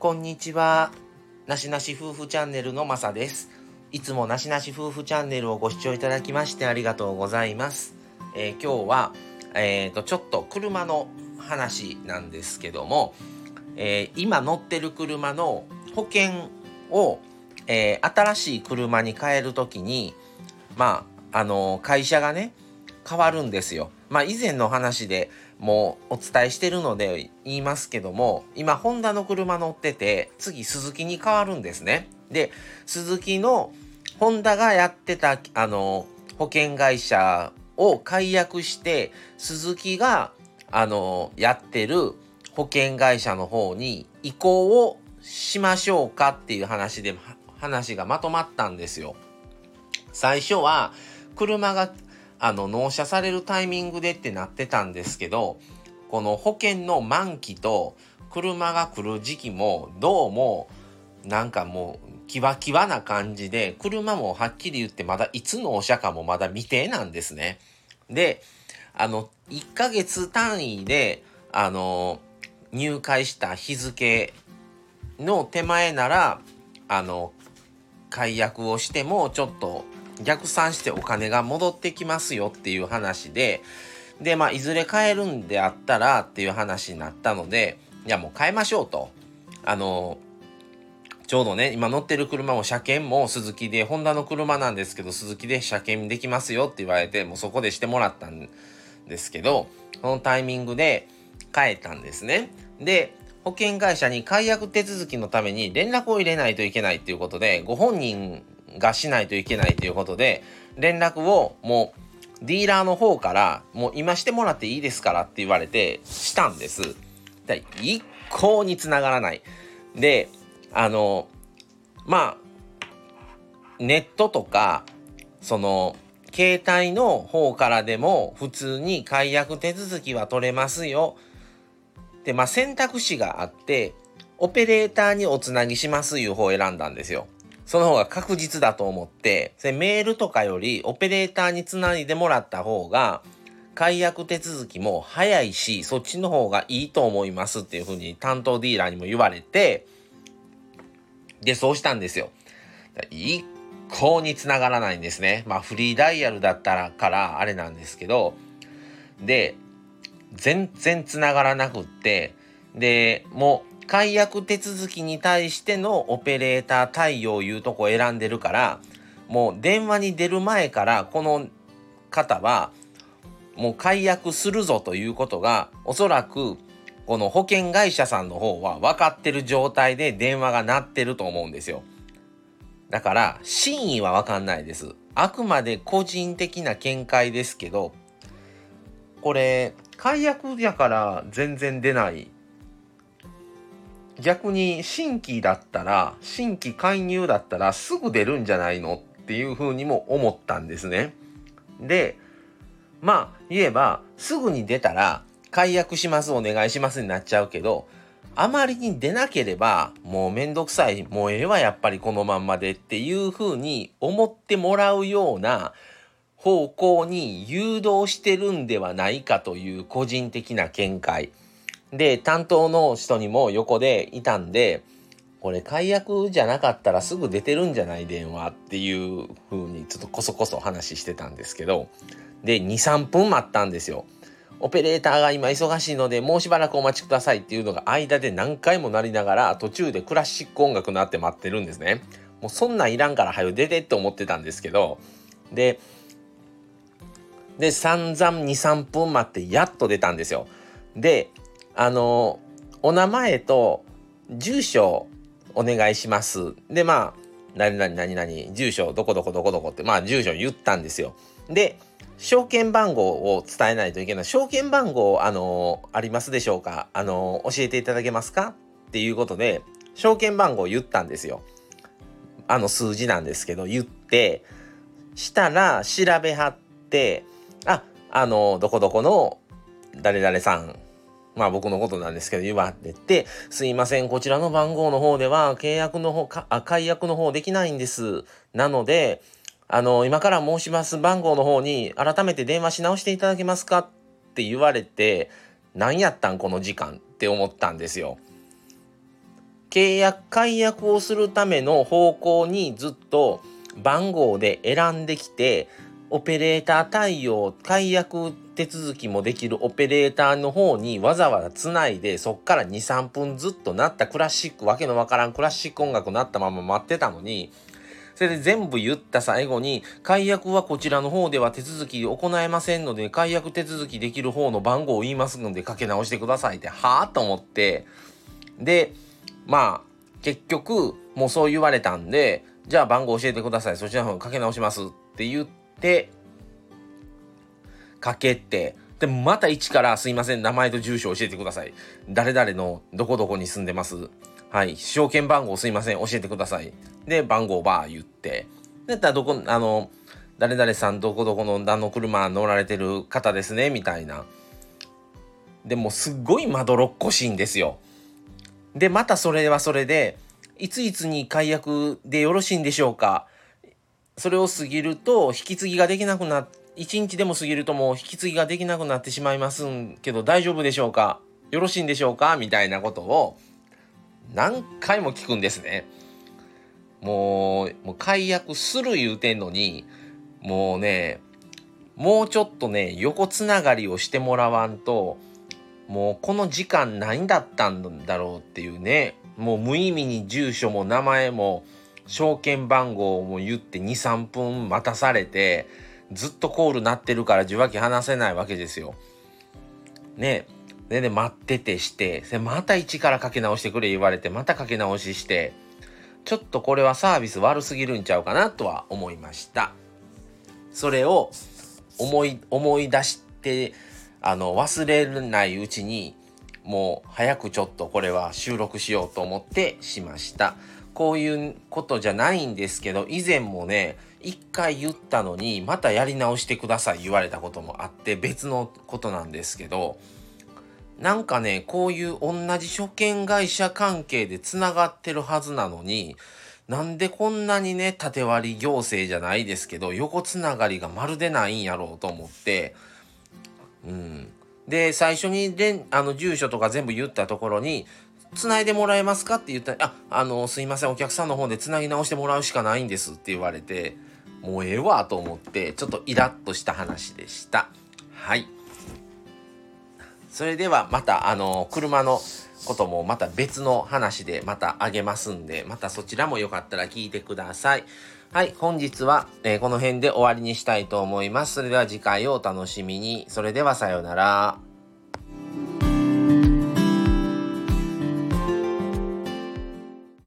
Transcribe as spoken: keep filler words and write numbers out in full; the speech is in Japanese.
こんにちは。なしなし夫婦チャンネルのまさです。いつもなしなし夫婦チャンネルをご視聴いただきましてありがとうございます。えー、今日は、えーと、ちょっと車の話なんですけども、えー、今乗ってる車の保険を、えー、新しい車に変えるときに、まあ、あのー、会社がね、変わるんですよ。まあ以前の話でもうお伝えしてるので言いますけども、今ホンダの車乗ってて、次スズキに変わるんですね。で、スズキのホンダがやってたあの保険会社を解約して、スズキがあのやってる保険会社の方に移行をしましょうかっていう話で話がまとまったんですよ。最初は車があの納車されるタイミングでってなってたんですけど、この保険の満期と車が来る時期もどうもなんかもうキワキワな感じで、車もはっきり言ってまだいつ納車かもまだ未定なんですね。で、あのいっかげつ単位であの入会した日付の手前ならあの解約をしてもちょっと逆算してお金が戻ってきますよっていう話で、でまあいずれ買えるんであったらっていう話になったので、いやもう買いましょうと。あのちょうどね今乗ってる車も車検もスズキで、ホンダの車なんですけどスズキで車検できますよって言われて、もうそこでしてもらったんですけど、そのタイミングで買えたんですね。で保険会社に解約手続きのために連絡を入れないといけないっていうことで、ご本人がしないといけないということで、連絡をもうディーラーの方からもう今してもらっていいですからって言われてしたんです。で一向に繋がらない。であのまあネットとかその携帯の方からでも普通に解約手続きは取れますよで、まあ選択肢があって、オペレーターにおつなぎしますいう方を選んだんですよ。その方が確実だと思って、それメールとかよりオペレーターにつないでもらった方が解約手続きも早いし、そっちの方がいいと思いますっていう風に担当ディーラーにも言われて、でそうしたんですよ。一向に繋がらないんですね。まあフリーダイヤルだったらからあれなんですけど、で全然繋がらなくって、でもう解約手続きに対してのオペレーター対応いうとこ選んでるから、もう電話に出る前からこの方はもう解約するぞということがおそらくこの保険会社さんの方は分かってる状態で電話が鳴ってると思うんですよ。だから真意は分かんないです。あくまで個人的な見解ですけど、これ解約やから全然出ない。逆に新規だったら、新規介入だったらすぐ出るんじゃないのっていうふうにも思ったんですね。で、まあ言えばすぐに出たら解約しますお願いしますになっちゃうけど、あまりに出なければもうめんどくさい、もうええわやっぱりこのまんまでっていうふうに思ってもらうような方向に誘導してるんではないかという個人的な見解で、担当の人にも横でいたんで、これ解約じゃなかったらすぐ出てるんじゃない電話っていう風にちょっとこそこそ話してたんですけど、でに、さんぷん待ったんですよ。オペレーターが今忙しいのでもうしばらくお待ちくださいっていうのが間で何回も鳴りながら、途中でクラシック音楽鳴って待ってるんですね。もうそんなんいらんから早く出てって思ってたんですけど、でで散々に、さんぷん待ってやっと出たんですよ。であのお名前と住所お願いします。でまあ何々何々住所どこどこどこどこってまあ住所言ったんですよ。で証券番号を伝えないといけない。証券番号あのありますでしょうか、あの教えていただけますかっていうことで証券番号を言ったんですよ。あの数字なんですけど言ってしたら調べはって、ああのどこどこの誰々さん、まあ僕のことなんですけど言われて、すいませんこちらの番号の方では契約の方かあ解約の方できないんです。なのであの今から申します番号の方に改めて電話し直していただけますかって言われて、何やったんこの時間って思ったんですよ。 契約解約をするための方向にずっと番号で選んできて、オペレーター対応解約手続きもできるオペレーターの方にわざわざつないで、そっから にさんぷんずっと鳴ったクラシック、わけのわからんクラシック音楽鳴ったまま待ってたのに、それで全部言った最後に、解約はこちらの方では手続き行えませんので、解約手続きできる方の番号を言いますのでかけ直してくださいって、はぁと思って、でまあ結局もうそう言われたんで、じゃあ番号教えてください、そちらの方にかけ直しますって言ってかけて、でまた一からすいません、名前と住所教えてください、誰々のどこどこに住んでます、はい、証券番号すいません教えてください、で番号バー言って、でどこあの誰々さんどこどこのあの車乗られてる方ですねみたいな。でもすっごいまどろっこしいんですよ。でまたそれはそれで、いついつに解約でよろしいんでしょうか、それを過ぎると引き継ぎができなくなっいちにちでも過ぎるともう引き継ぎができなくなってしまいますんけど大丈夫でしょうか、よろしいんでしょうかみたいなことを何回も聞くんですね。もう、もう解約する言うてんのに、もうねもうちょっとね横つながりをしてもらわんと、もうこの時間何だったんだろうっていうね、もう無意味に住所も名前も証券番号も言って にさんぷん待たされて、ずっとコール鳴ってるから受話器離せないわけですよ。ねでね待っててして、また一からかけ直してくれ言われて、またかけ直しして、ちょっとこれはサービス悪すぎるんちゃうかなとは思いました。それを思い思い出してあの忘れないうちに、もう早くちょっとこれは収録しようと思ってしました。こういうことじゃないんですけど、以前もね一回言ったのにまたやり直してください言われたこともあって、別のことなんですけど、なんかねこういう同じ証券会社関係でつながってるはずなのに、なんでこんなにね縦割り行政じゃないですけど横つながりがまるでないんやろうと思って、うん、で最初にであの住所とか全部言ったところに、つないでもらえますかって言ったら、あ、あのすいませんお客さんの方でつなぎ直してもらうしかないんですって言われて、もうええわと思ってちょっとイラッとした話でした。はい、それではまたあの車のこともまた別の話でまたあげますんで、またそちらもよかったら聞いてください。はい、本日は、えー、この辺で終わりにしたいと思います。それでは次回をお楽しみに。それではさようなら。